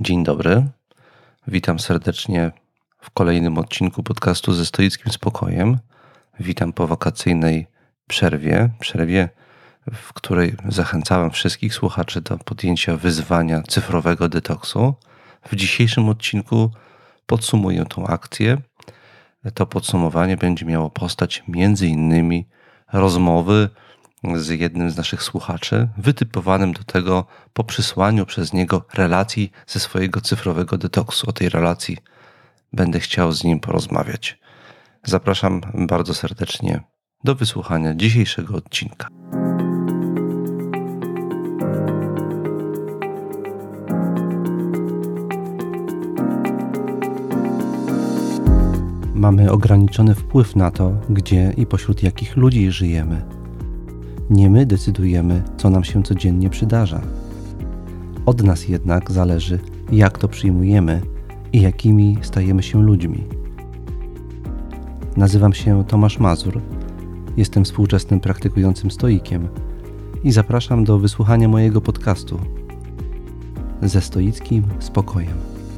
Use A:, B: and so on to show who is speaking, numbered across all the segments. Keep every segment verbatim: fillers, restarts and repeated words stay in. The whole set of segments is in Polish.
A: Dzień dobry, witam serdecznie w kolejnym odcinku podcastu ze stoickim spokojem. Witam po wakacyjnej przerwie, przerwie, w której zachęcałem wszystkich słuchaczy do podjęcia wyzwania cyfrowego detoksu. W dzisiejszym odcinku podsumuję tą akcję. To podsumowanie będzie miało postać między innymi rozmowy z jednym z naszych słuchaczy, wytypowanym do tego po przysłaniu przez niego relacji ze swojego cyfrowego detoksu. O tej relacji będę chciał z nim porozmawiać. Zapraszam bardzo serdecznie do wysłuchania dzisiejszego odcinka. Mamy ograniczony wpływ na to, gdzie i pośród jakich ludzi żyjemy. Nie my decydujemy, co nam się codziennie przydarza. Od nas jednak zależy, jak to przyjmujemy i jakimi stajemy się ludźmi. Nazywam się Tomasz Mazur, jestem współczesnym praktykującym stoikiem i zapraszam do wysłuchania mojego podcastu ze stoickim spokojem.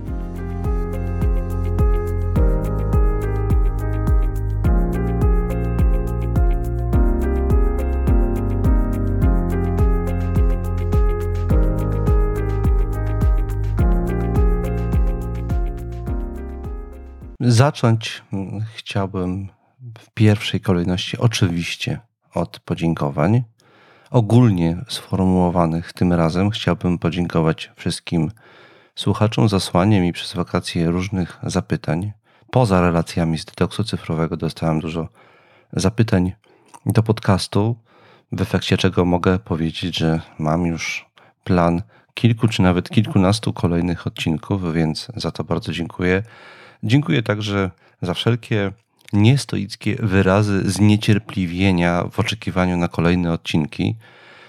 A: Zacząć chciałbym w pierwszej kolejności oczywiście od podziękowań. Ogólnie sformułowanych tym razem chciałbym podziękować wszystkim słuchaczom za słanie mi przez wakacje różnych zapytań. Poza relacjami z detoksu cyfrowego dostałem dużo zapytań do podcastu, w efekcie czego mogę powiedzieć, że mam już plan kilku czy nawet kilkunastu kolejnych odcinków, więc za to bardzo dziękuję. Dziękuję także za wszelkie niestoickie wyrazy zniecierpliwienia w oczekiwaniu na kolejne odcinki.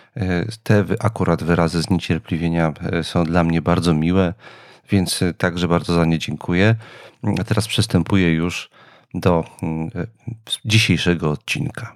A: Te akurat wyrazy zniecierpliwienia są dla mnie bardzo miłe, więc także bardzo za nie dziękuję. A teraz przystępuję już do dzisiejszego odcinka.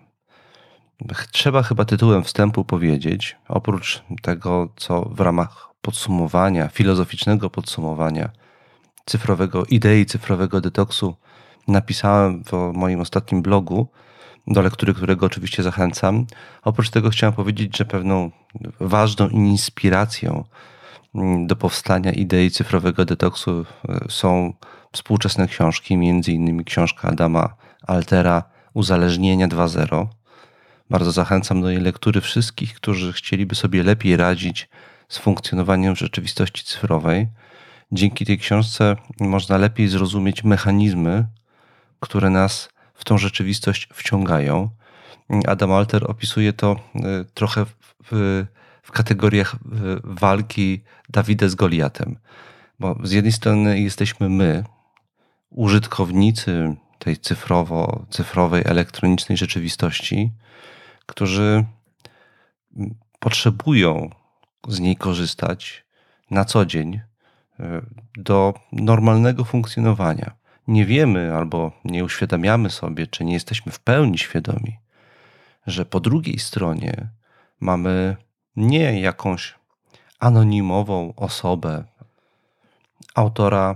A: Trzeba chyba tytułem wstępu powiedzieć, oprócz tego, co w ramach podsumowania, filozoficznego podsumowania cyfrowego, idei cyfrowego detoksu napisałem w moim ostatnim blogu, do lektury którego oczywiście zachęcam. Oprócz tego chciałem powiedzieć, że pewną ważną inspiracją do powstania idei cyfrowego detoksu są współczesne książki, między innymi książka Adama Altera Uzależnienia dwa zero. Bardzo zachęcam do jej lektury wszystkich, którzy chcieliby sobie lepiej radzić z funkcjonowaniem w rzeczywistości cyfrowej. Dzięki tej książce można lepiej zrozumieć mechanizmy, które nas w tą rzeczywistość wciągają. Adam Alter opisuje to trochę w, w, w kategoriach walki Dawida z Goliatem. Bo z jednej strony jesteśmy my, użytkownicy tej cyfrowo, cyfrowej, elektronicznej rzeczywistości, którzy potrzebują z niej korzystać na co dzień, do normalnego funkcjonowania. Nie wiemy albo nie uświadamiamy sobie, czy nie jesteśmy w pełni świadomi, że po drugiej stronie mamy nie jakąś anonimową osobę, autora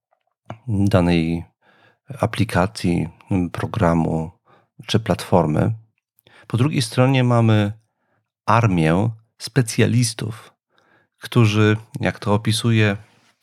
A: danej aplikacji, programu czy platformy. Po drugiej stronie mamy armię specjalistów, którzy, jak to opisuje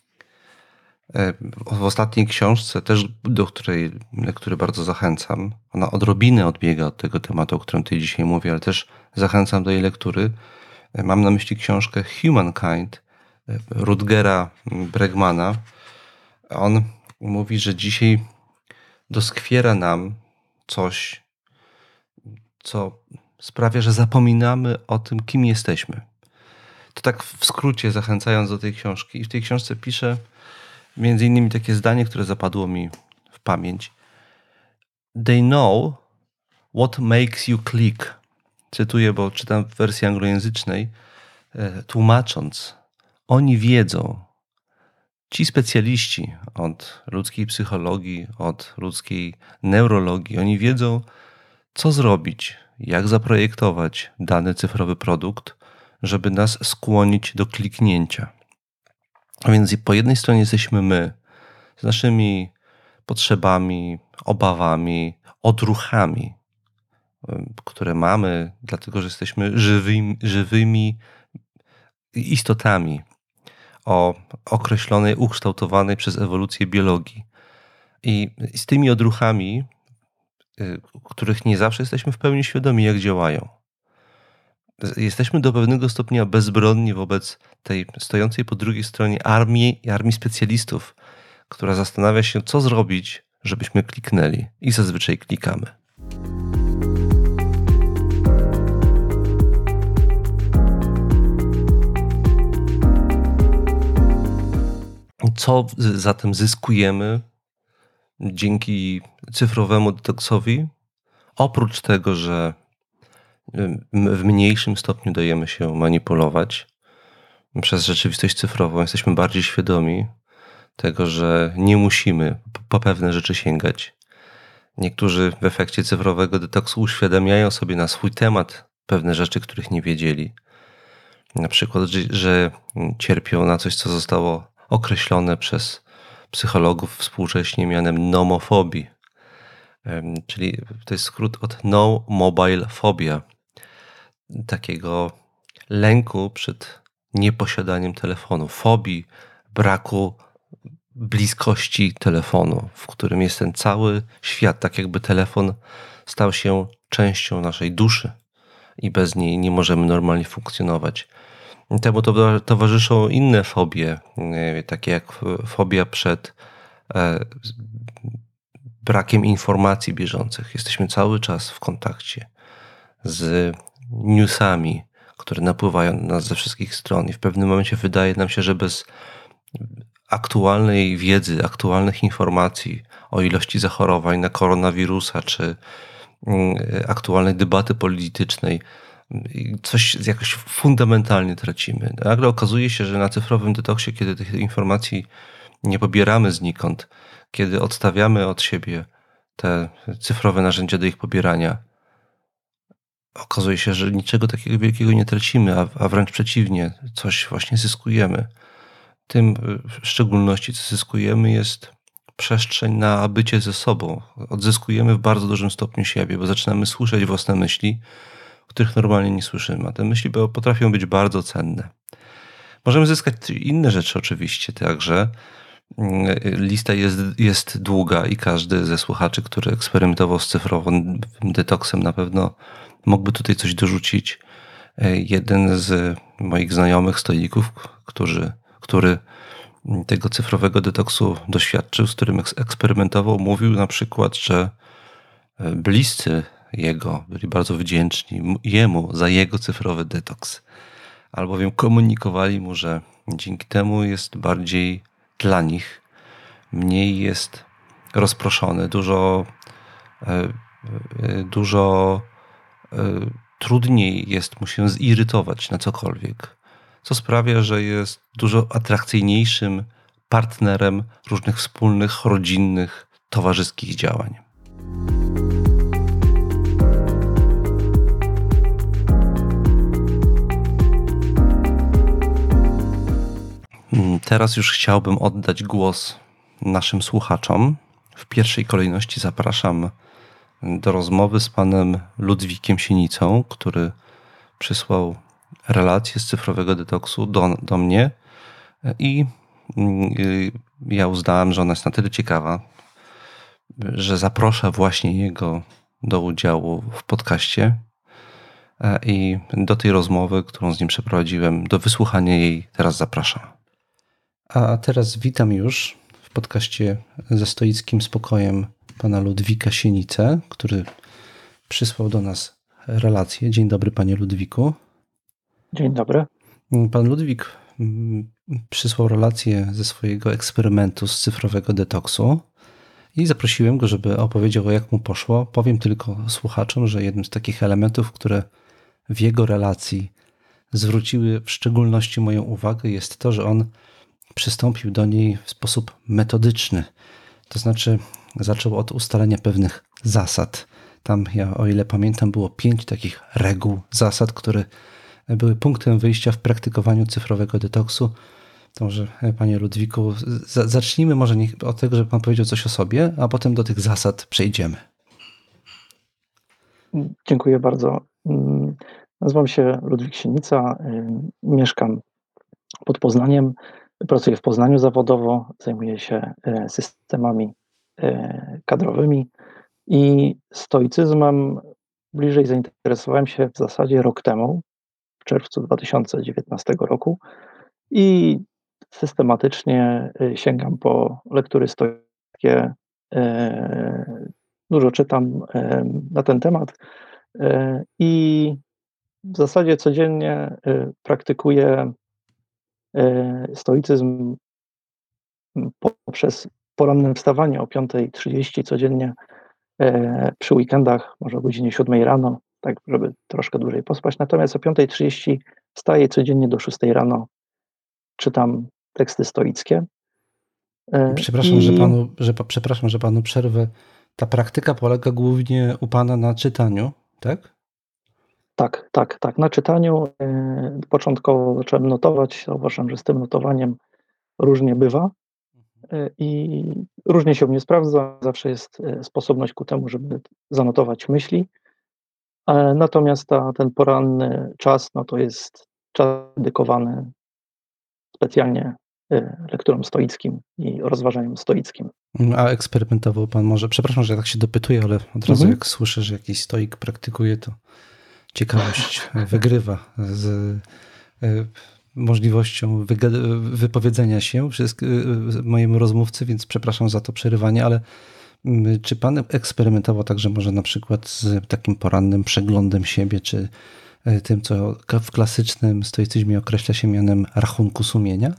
A: w ostatniej książce, też do której lektury bardzo zachęcam. Ona odrobinę odbiega od tego tematu, o którym tutaj dzisiaj mówię, ale też zachęcam do jej lektury. Mam na myśli książkę Humankind Rutgera Bregmana. On mówi, że dzisiaj doskwiera nam coś, co sprawia, że zapominamy o tym, kim jesteśmy. To tak w skrócie zachęcając do tej książki. I w tej książce pisze między innymi takie zdanie, które zapadło mi w pamięć. They know what makes you click. Cytuję, bo czytam w wersji anglojęzycznej, tłumacząc. Oni wiedzą, ci specjaliści od ludzkiej psychologii, od ludzkiej neurologii, oni wiedzą, co zrobić, jak zaprojektować dany cyfrowy produkt, żeby nas skłonić do kliknięcia. A więc po jednej stronie jesteśmy my z naszymi potrzebami, obawami, odruchami, które mamy, dlatego że jesteśmy żywymi, żywymi istotami o określonej, ukształtowanej przez ewolucję biologii. I z tymi odruchami, których nie zawsze jesteśmy w pełni świadomi, jak działają. Jesteśmy do pewnego stopnia bezbronni wobec tej stojącej po drugiej stronie armii, armii specjalistów, która zastanawia się, co zrobić, żebyśmy kliknęli. I zazwyczaj klikamy. Co zatem zyskujemy dzięki cyfrowemu detoksowi? Oprócz tego, że w mniejszym stopniu dajemy się manipulować przez rzeczywistość cyfrową, jesteśmy bardziej świadomi tego, że nie musimy po pewne rzeczy sięgać. Niektórzy w efekcie cyfrowego detoksu uświadamiają sobie na swój temat pewne rzeczy, których nie wiedzieli. Na przykład, że cierpią na coś, co zostało określone przez psychologów współcześnie mianem nomofobii. Czyli to jest skrót od no mobile phobia. Takiego lęku przed nieposiadaniem telefonu, fobii braku bliskości telefonu, w którym jest ten cały świat, tak jakby telefon stał się częścią naszej duszy i bez niej nie możemy normalnie funkcjonować. Temu to towarzyszą inne fobie, takie jak fobia przed brakiem informacji bieżących. Jesteśmy cały czas w kontakcie z newsami, które napływają na nas ze wszystkich stron i w pewnym momencie wydaje nam się, że bez aktualnej wiedzy, aktualnych informacji o ilości zachorowań na koronawirusa czy aktualnej debaty politycznej coś jakoś fundamentalnie tracimy. Nagle okazuje się, że na cyfrowym detoksie, kiedy tych informacji nie pobieramy znikąd, kiedy odstawiamy od siebie te cyfrowe narzędzia do ich pobierania, okazuje się, że niczego takiego wielkiego nie tracimy, a, a wręcz przeciwnie, coś właśnie zyskujemy. Tym w szczególności, co zyskujemy, jest przestrzeń na bycie ze sobą. Odzyskujemy w bardzo dużym stopniu siebie, bo zaczynamy słyszeć własne myśli, których normalnie nie słyszymy, a te myśli potrafią być bardzo cenne. Możemy zyskać inne rzeczy oczywiście także. Lista jest, jest długa i każdy ze słuchaczy, który eksperymentował z cyfrowym detoksem, na pewno mógłby tutaj coś dorzucić. Jeden z moich znajomych stoików, którzy, który tego cyfrowego detoksu doświadczył, z którym eksperymentował, mówił na przykład, że bliscy jego byli bardzo wdzięczni jemu za jego cyfrowy detoks, albowiem komunikowali mu, że dzięki temu jest bardziej dla nich, mniej jest rozproszony, dużo, dużo trudniej jest mu się zirytować na cokolwiek, co sprawia, że jest dużo atrakcyjniejszym partnerem różnych wspólnych, rodzinnych, towarzyskich działań. Teraz już chciałbym oddać głos naszym słuchaczom. W pierwszej kolejności zapraszam do rozmowy z panem Ludwikiem Sienicą, który przysłał relację z cyfrowego detoksu do, do mnie i ja uznałem, że ona jest na tyle ciekawa, że zaproszę właśnie jego do udziału w podcaście i do tej rozmowy, którą z nim przeprowadziłem, do wysłuchania jej teraz zapraszam. A teraz witam już w podcaście ze stoickim spokojem pana Ludwika Sienicę, który przysłał do nas relację. Dzień dobry, panie Ludwiku.
B: Dzień dobry.
A: Pan Ludwik przysłał relację ze swojego eksperymentu z cyfrowego detoksu i zaprosiłem go, żeby opowiedział, jak mu poszło. Powiem tylko słuchaczom, że jednym z takich elementów, które w jego relacji zwróciły w szczególności moją uwagę, jest to, że on przystąpił do niej w sposób metodyczny. To znaczy zaczął od ustalenia pewnych zasad. Tam, ja o ile pamiętam, było pięć takich reguł, zasad, które były punktem wyjścia w praktykowaniu cyfrowego detoksu. To może, panie Ludwiku, z- zacznijmy może niech od tego, żeby pan powiedział coś o sobie, a potem do tych zasad przejdziemy.
B: Dziękuję bardzo. Mm, Nazywam się Ludwik Sienica, y, mieszkam pod Poznaniem, pracuję w Poznaniu zawodowo, zajmuję się y, systemami y, kadrowymi i stoicyzmem bliżej zainteresowałem się w zasadzie rok temu, w czerwcu dwa tysiące dziewiętnastego roku i systematycznie y, sięgam po lektury stoickie, y, dużo czytam y, na ten temat. Y, I w zasadzie codziennie y, praktykuję y, stoicyzm m, poprzez poranne wstawanie o piątej trzydzieści codziennie, y, przy weekendach, może o godzinie siódmej rano, tak żeby troszkę dłużej pospać. Natomiast o piątej trzydzieści wstaję codziennie do szóstej rano, czytam teksty stoickie. Y,
A: Przepraszam, że
B: I
A: panu, że, pa- przepraszam, że panu przerwę. Ta praktyka polega głównie u pana na czytaniu, tak?
B: tak, tak, tak, na czytaniu y, początkowo zacząłem notować. Zauważyłem, że z tym notowaniem różnie bywa. Y, I różnie się u mnie sprawdza. Zawsze jest y, sposobność ku temu, żeby zanotować myśli. E, Natomiast ta, ten poranny czas, no to jest czas dedykowany specjalnie y, lekturom stoickim i rozważaniom stoickim.
A: A eksperymentował pan może, przepraszam, że tak się dopytuję, ale od razu
B: Mhm.
A: jak słyszę, że jakiś stoik praktykuje, to ciekawość wygrywa z e, możliwością wyga- wypowiedzenia się wszystk- e, mojemu rozmówcy, więc przepraszam za to przerywanie, ale mm, czy pan eksperymentował także może na przykład z takim porannym przeglądem siebie, czy e, tym, co ka- w klasycznym stoicyzmie określa się mianem rachunku sumienia?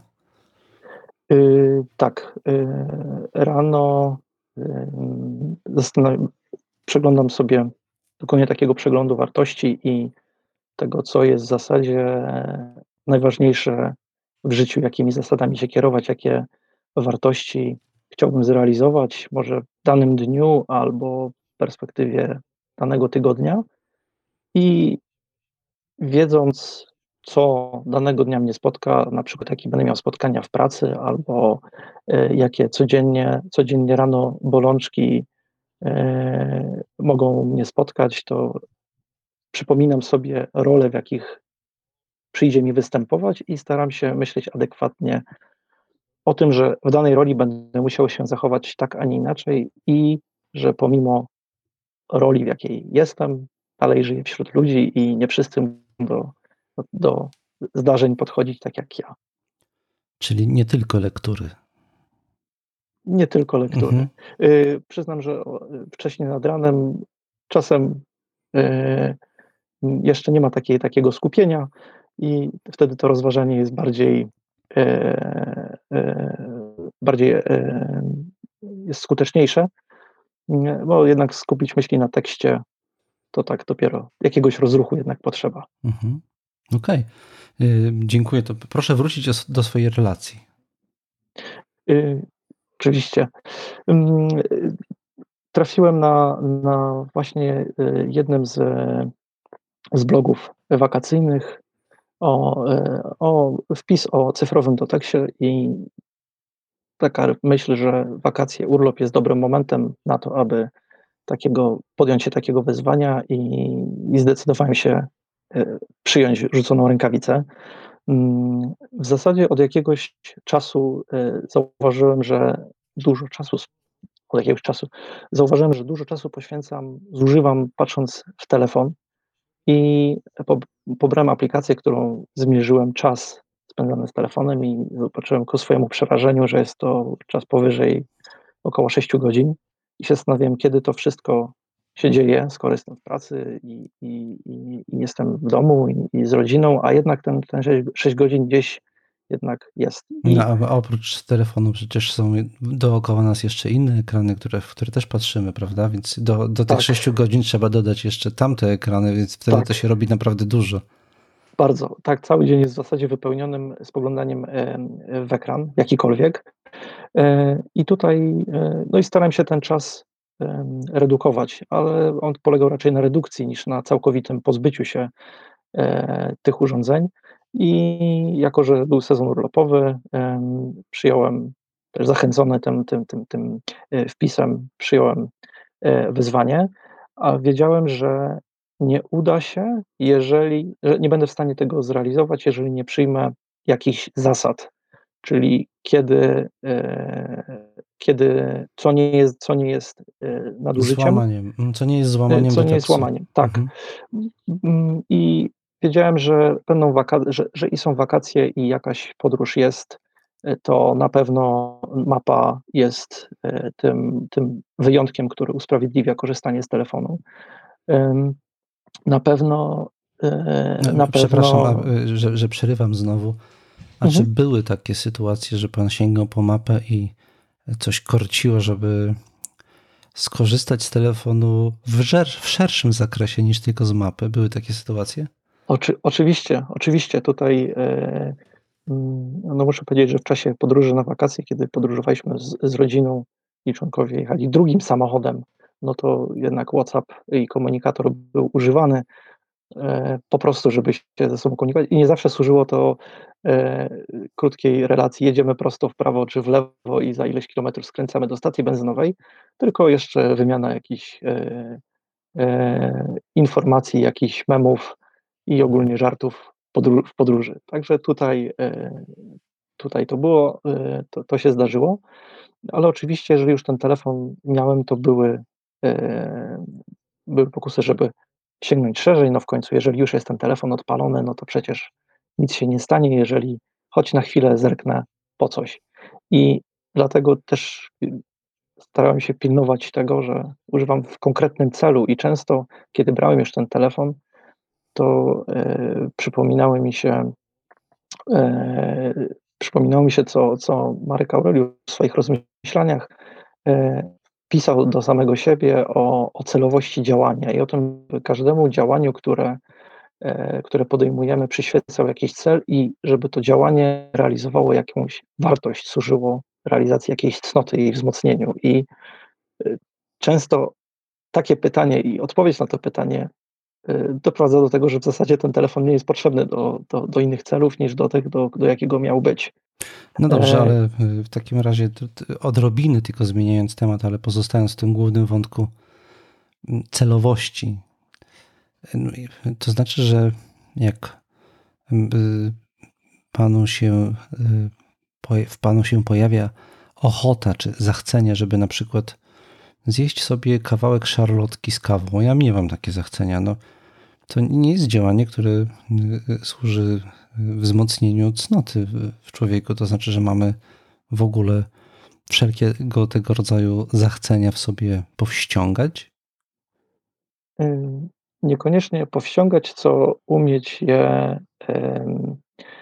B: Y, tak, y, rano y, zastanawiam, przeglądam sobie, dokonuję takiego przeglądu wartości i tego, co jest w zasadzie najważniejsze w życiu, jakimi zasadami się kierować, jakie wartości chciałbym zrealizować, może w danym dniu albo w perspektywie danego tygodnia. I wiedząc, co danego dnia mnie spotka, na przykład jakie będę miał spotkania w pracy, albo e, jakie codziennie, codziennie rano bolączki e, mogą mnie spotkać, to przypominam sobie role, w jakich przyjdzie mi występować i staram się myśleć adekwatnie o tym, że w danej roli będę musiał się zachować tak, a nie inaczej i że pomimo roli, w jakiej jestem, dalej żyję wśród ludzi i nie wszyscy muszą do, do zdarzeń podchodzić tak jak ja.
A: Czyli nie tylko lektury.
B: Nie tylko lektury.
A: Mhm.
B: Yy, przyznam, że o, wcześniej nad ranem czasem yy, jeszcze nie ma takiej, takiego skupienia i wtedy to rozważanie jest bardziej, yy, yy, bardziej yy, jest skuteczniejsze, nie, bo jednak skupić myśli na tekście to tak dopiero jakiegoś rozruchu jednak potrzeba.
A: Mhm. Okej. Y, Dziękuję. To proszę wrócić os- do swojej relacji.
B: Yy, Oczywiście. Ym, y, Trafiłem na, na właśnie y, jednym z, z blogów wakacyjnych o, y, o wpis o cyfrowym detoksie i taka myśl, że wakacje, urlop jest dobrym momentem na to, aby takiego, podjąć się takiego wyzwania i, i zdecydowałem się y, przyjąć rzuconą rękawicę. Mm, W zasadzie od jakiegoś czasu y, zauważyłem, że dużo czasu, od jakiegoś czasu zauważyłem, że dużo czasu poświęcam, zużywam patrząc w telefon i pob pobrałem aplikację, którą zmierzyłem czas spędzany z telefonem i zobaczyłem ku swojemu przerażeniu, że jest to czas powyżej około sześciu godzin i się zastanawiałem, kiedy to wszystko się dzieje, skoro jestem w pracy i i i i jestem w domu i i z rodziną, a jednak ten ten sześć sześć godzin gdzieś jednak jest.
A: No,
B: I
A: a oprócz telefonu przecież są dookoła nas jeszcze inne ekrany, które, w które też patrzymy, prawda? Więc do, do tych
B: tak,
A: sześciu godzin trzeba dodać jeszcze tamte ekrany, więc wtedy to
B: tak.
A: się robi naprawdę dużo.
B: Bardzo. Tak, cały dzień jest w zasadzie wypełnionym spoglądaniem, em, w ekran jakikolwiek. E, I tutaj, e, no i staram się ten czas, em, redukować, ale on polegał raczej na redukcji niż na całkowitym pozbyciu się, e, tych urządzeń. I jako że był sezon urlopowy, em, przyjąłem też zachęcony tym tym tym tym, y, wpisem, przyjąłem, e, wyzwanie, a wiedziałem, że nie uda się, jeżeli że nie będę w stanie tego zrealizować, jeżeli nie przyjmę jakichś zasad, czyli kiedy, e, kiedy co nie jest co nie jest, y, nadużyciem,
A: Złamaniem, mm, co nie jest
B: y,
A: złamaniem
B: co nie jest
A: deteksu.
B: łamaniem. Tak.
A: Mhm.
B: Mm, i wiedziałem, że będą waka że że i są wakacje, i jakaś podróż jest, y, to na pewno mapa jest, y, tym tym wyjątkiem, który usprawiedliwia korzystanie z telefonu. Ym, na pewno, y,
A: No,
B: na
A: przepraszam, a,
B: pewno
A: y, że że przerywam znowu. A czy
B: mhm.
A: były takie sytuacje, że pan sięgał po mapę i coś korciło, żeby skorzystać z telefonu w żer w szerszym zakresie niż tylko z mapy? Były takie sytuacje?
B: Oczy oczywiście, oczywiście tutaj, e, mm, no muszę powiedzieć, że w czasie podróży na wakacje, kiedy podróżowaliśmy z z rodziną i członkowie jechali drugim samochodem, no to jednak WhatsApp i komunikator był używany, e, po prostu, żeby się ze sobą komunikować i nie zawsze służyło to, e, krótkiej relacji, jedziemy prosto w prawo czy w lewo i za ileś kilometrów skręcamy do stacji benzynowej, tylko jeszcze wymiana jakichś, e, e, informacji, jakichś memów i ogólnie żartów podró w podróży. Także tutaj, e, tutaj to było, e, to to się zdarzyło, ale oczywiście, jeżeli już ten telefon miałem, to były, e, były pokusy, żeby sięgnąć szerzej. No w końcu, jeżeli już jest ten telefon odpalony, no to przecież nic się nie stanie, jeżeli choć na chwilę zerknę po coś. I dlatego też, y, starałem się pilnować tego, że używam w konkretnym celu i często, kiedy brałem już ten telefon, to, e, przypominały mi się e, przypominało mi się, co co Marek Aureliusz w swoich rozmyślaniach, e, pisał do samego siebie o o celowości działania i o tym, by każdemu działaniu, które, e, które podejmujemy, przyświecał jakiś cel i żeby to działanie realizowało jakąś wartość, służyło realizacji jakiejś cnoty i jej wzmocnieniu. I, y, często takie pytanie i odpowiedź na to pytanie y, doprowadza do tego, że w zasadzie ten telefon nie jest potrzebny do do do innych celów niż do tych, do do jakiego miał być.
A: No dobrze,
B: E,
A: ale y, w takim razie t t odrobiny tylko zmieniając temat, ale pozostając w tym głównym wątku, mm, celowości. No i to znaczy, że jak, y, panu się, y, poja w panu się pojawia ochota czy zachcenie, żeby na przykład zjeść sobie kawałek szarlotki z kawą. Ja miewam takie zachcenia. No, to nie jest działanie, które y, y, służy wzmocnieniu cnoty w w człowieku. To znaczy, że mamy w ogóle wszelkiego tego rodzaju zachcenia w sobie powściągać.
B: ym, niekoniecznie powściągać, co umieć je, em,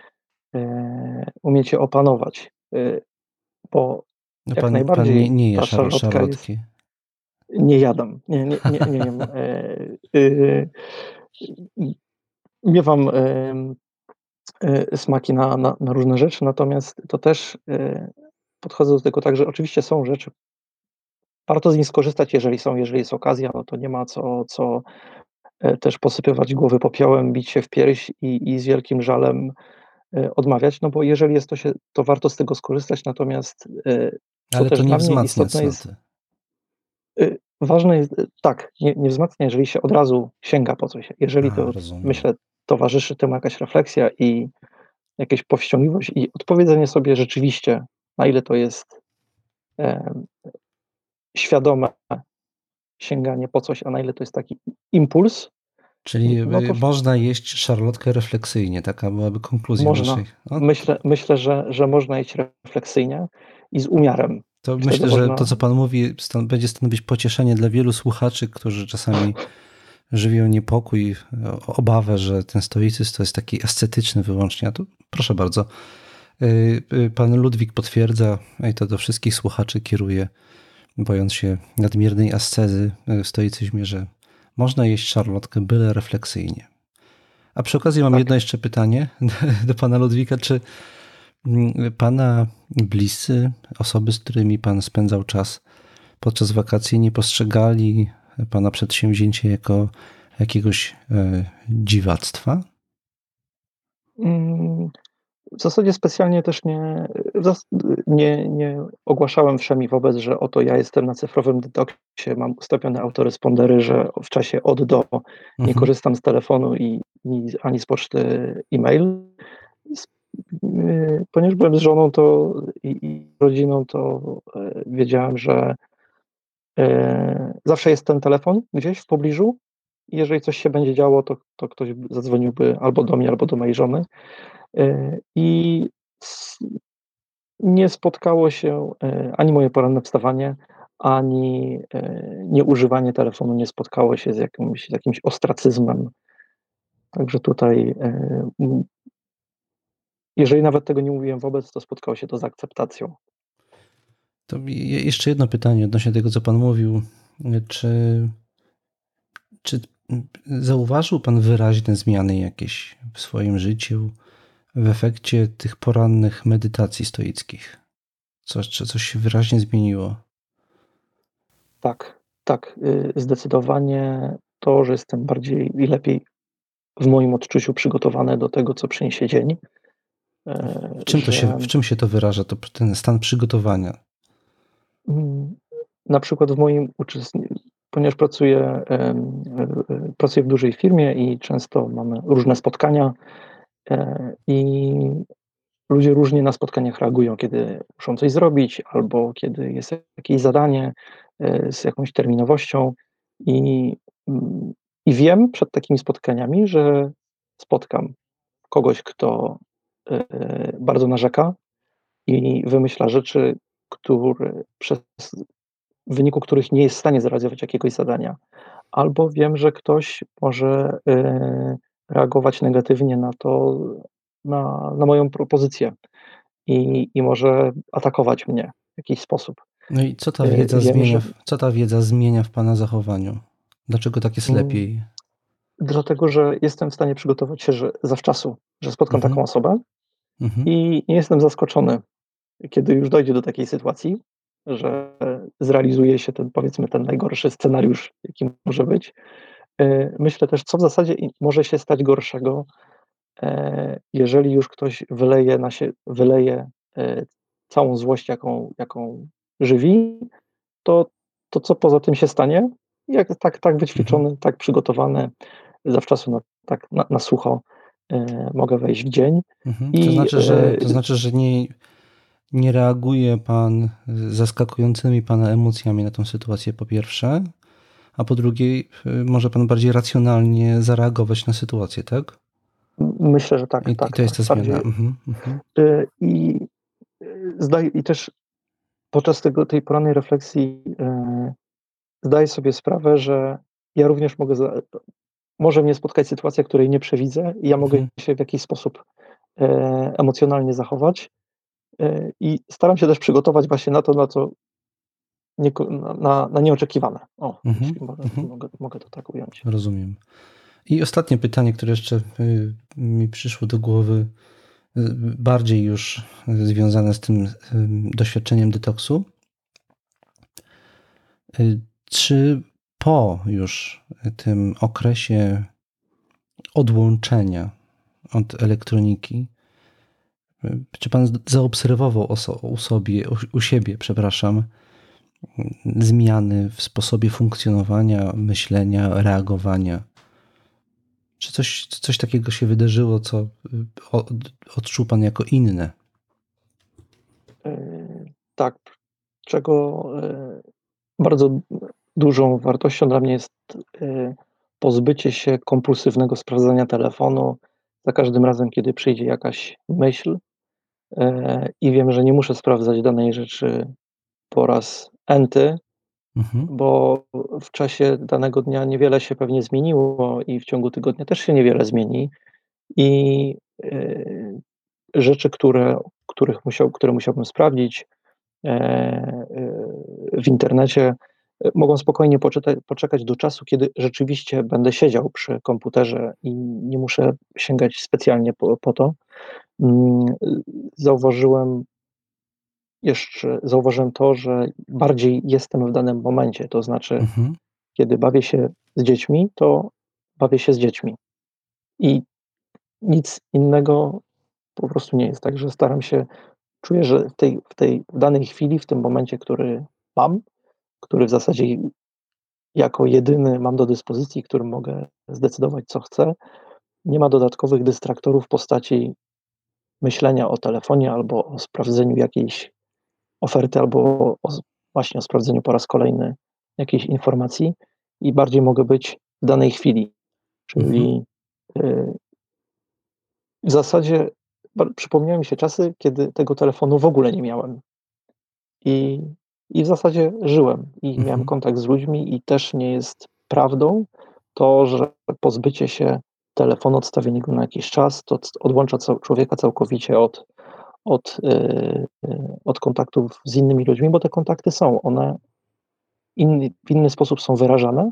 B: e, umieć je opanować, y, bo
A: No
B: jak
A: pan, pan nie,
B: najbardziej
A: nie je
B: ta
A: szar,
B: szarlotka jest
A: szarlotki.
B: nie jadam, nie nie nie nie jem, e, y, i miewam, em, e, smaki na na na różne rzeczy, natomiast to też, e, podchodzę do tego tak, że oczywiście są rzeczy warto z nich skorzystać, jeżeli są jeżeli jest okazja, no to nie ma co co, e, też posypywać głowy popiołem, bić się w pierś i i z wielkim żalem, e, odmawiać, no bo jeżeli jest to się to warto z tego skorzystać, natomiast, e, co
A: Ale to
B: też
A: nie
B: dla mnie
A: wzmacnia
B: istotne jest,
A: cnoty.
B: y, ważne jest, y, tak, nie nie wzmacnia, jeżeli się od razu sięga po coś. Jeżeli
A: A,
B: to,
A: rozumiem.
B: myślę, towarzyszy temu jakaś refleksja i jakaś powściągliwość i odpowiedzenie sobie rzeczywiście, na ile to jest, em, świadome sięganie po coś, a na ile to jest taki impuls,
A: Czyli
B: no
A: y,
B: to
A: można jeść szarlotkę refleksyjnie. Taka byłaby konkluzja
B: można.
A: naszej. No,
B: Myślę myślę, że że można jeść refleksyjnie i z umiarem.
A: to
B: I wtedy
A: myślę, że to,
B: można
A: co pan mówi, stan- będzie stanowić pocieszenie dla wielu słuchaczy, którzy czasami żywią niepokój, o- obawę, że ten stoicyzm to jest taki ascetyczny wyłącznie. A tu proszę bardzo. Y, y, Pan Ludwik potwierdza, i to do wszystkich słuchaczy kieruje, bojąc się nadmiernej ascezy w stoicyzmie, że można jeść szarlotkę byle refleksyjnie. A przy okazji mam jedno
B: tak.
A: jeszcze pytanie do pana Ludwika. Czy mm, pana bliscy, osoby, z którymi pan spędzał czas podczas wakacji, nie postrzegali pana przedsięwzięcia jako jakiegoś e, dziwactwa?
B: Mm, w zasadzie specjalnie też nie w zas nie nie ogłaszałem wszemi wobec, że oto ja jestem na cyfrowym detoksie, mam ustawione autorespondery, że w czasie od do nie
A: Mhm.
B: korzystam z telefonu i i ani z poczty e-mail. S yy, ponieważ byłem z żoną, to i i rodziną, to, yy, wiedziałem, że, yy, zawsze jest ten telefon gdzieś w pobliżu i jeżeli coś się będzie działo, to to ktoś zadzwoniłby albo do mnie, albo do mojej żony. Yy, i s nie spotkało się, yy, ani moje poranne wstawanie, ani, yy, nieużywanie telefonu nie spotkało się z jakimś z jakimś ostracyzmem. Także tutaj, yy, mm jeżeli nawet tego nie mówiłem wobec, to spotkało się to z akceptacją.
A: To je jeszcze jedno pytanie odnośnie tego, co pan mówił. Czy czy, mm, zauważył pan wyraźne zmiany jakieś w swoim życiu w efekcie tych porannych medytacji stoickich? Coś czy coś się wyraźnie zmieniło?
B: Tak, tak, yy, zdecydowanie to, że jestem bardziej i lepiej w moim odczuciu przygotowany do tego, co przyniesie dzień,
A: W
B: yy,
A: czym to się
B: że
A: w czym się to wyraża, to p ten stan przygotowania?
B: Mm, na przykład w moim uczestni ponieważ pracuję, em, yy, pracuję w dużej firmie i często mamy różne spotkania, yy, i ludzie różnie na spotkaniach reagują, kiedy muszą coś zrobić albo kiedy jest jakieś zadanie, yy, z jakąś terminowością i, mm, i wiem przed takimi spotkaniami, że spotkam kogoś, kto, yy, bardzo narzeka i wymyśla rzeczy, które przez w wyniku których nie jest w stanie zrealizować jakiegoś zadania. Albo wiem, że ktoś może, yy, reagować negatywnie na to na na moją propozycję i i może atakować mnie w jakiś sposób.
A: No i co ta
B: Yy,
A: wiedza
B: wiem,
A: zmienia
B: że
A: w co ta wiedza zmienia w pana zachowaniu? Dlaczego tak jest
B: Mm,
A: lepiej?
B: dlatego, że jestem w stanie przygotować się, że zawczasu, że spotkam
A: Mhm.
B: taką osobę
A: Mhm.
B: i nie jestem zaskoczony, kiedy już dojdzie do takiej sytuacji, że zrealizuje się ten, powiedzmy, ten najgorszy scenariusz, jaki może być. Yy, myślę też, co w zasadzie i może się stać gorszego, yy, jeżeli już ktoś wyleje na sie wyleje, yy, całą złość, jaką jaką żywi, to to co poza tym się stanie? Jak tak tak
A: Mhm.
B: wyćwiczony, tak przygotowany, zawczasu na tak na na sucho, yy, mogę wejść w dzień
A: Mhm. To
B: i,
A: znaczy, że
B: yy
A: to znaczy, że nie nie reaguje pan zaskakującymi pana emocjami na tę sytuację, po pierwsze, a po drugie, yy, może pan bardziej racjonalnie zareagować na sytuację, tak?
B: M myślę, że tak,
A: I i
B: tak,
A: to jest
B: tak,
A: ta zmiana.
B: bardziej,
A: Mhm. Mhm.
B: yy, i, yy, zdaję i też podczas tego tej porannej refleksji, yy, zdaję sobie sprawę, że ja również mogę za może mnie spotkać sytuacja, której nie przewidzę i ja mogę
A: Mhm.
B: się w jakiś sposób, yy, emocjonalnie zachować, yy, i staram się też przygotować właśnie na to, na co nieko na na na nieoczekiwane. O,
A: Mhm.
B: jeśli mogę
A: Mhm.
B: mogę mogę to tak ująć.
A: Rozumiem. I ostatnie pytanie, które jeszcze, yy, mi przyszło do głowy, yy, bardziej już związane z tym, yy, doświadczeniem detoksu. Yy, czy po już tym okresie odłączenia od elektroniki, yy, czy pan z zaobserwował oso u sobie u u siebie, przepraszam, zmiany w sposobie funkcjonowania, myślenia, reagowania? Czy coś coś takiego się wydarzyło, co, yy, od odczuł pan jako inne?
B: Yy, tak, czego, yy, bardzo dużą wartością dla mnie jest, yy, pozbycie się kompulsywnego sprawdzania telefonu za każdym razem, kiedy przyjdzie jakaś myśl, yy, i wiem, że nie muszę sprawdzać danej rzeczy po raz enty,
A: Mhm.
B: bo w czasie danego dnia niewiele się pewnie zmieniło i w ciągu tygodnia też się niewiele zmieni i, yy, rzeczy, które których musiał które musiałbym sprawdzić, yy, yy, w internecie, yy, mogą spokojnie poczyta poczekać do czasu, kiedy rzeczywiście będę siedział przy komputerze i nie muszę sięgać specjalnie po po to. Mm, yy, zauważyłem jeszcze zauważyłem to, że bardziej jestem w danym momencie, to znaczy,
A: Mhm.
B: kiedy bawię się z dziećmi, to bawię się z dziećmi. I nic innego po prostu nie jest. Także staram się czuję, że w tej w tej w danej chwili, w tym momencie, który mam, który w zasadzie jako jedyny mam do dyspozycji, którym mogę zdecydować, co chcę, nie ma dodatkowych dystraktorów w postaci myślenia o telefonie albo o sprawdzeniu jakiejś oferty, albo o z właśnie o sprawdzeniu po raz kolejny jakiejś informacji i bardziej mogę być w danej chwili.
A: Mhm.
B: Czyli, y, w zasadzie bar przypomniały mi się czasy, kiedy tego telefonu w ogóle nie miałem. I i w zasadzie żyłem i miałem
A: Mhm.
B: kontakt z ludźmi i też nie jest prawdą to, że pozbycie się telefonu, odstawienie go na jakiś czas, to c odłącza cał człowieka całkowicie od od, yy, od kontaktów z innymi ludźmi, bo te kontakty są, one inny w inny sposób są wyrażane.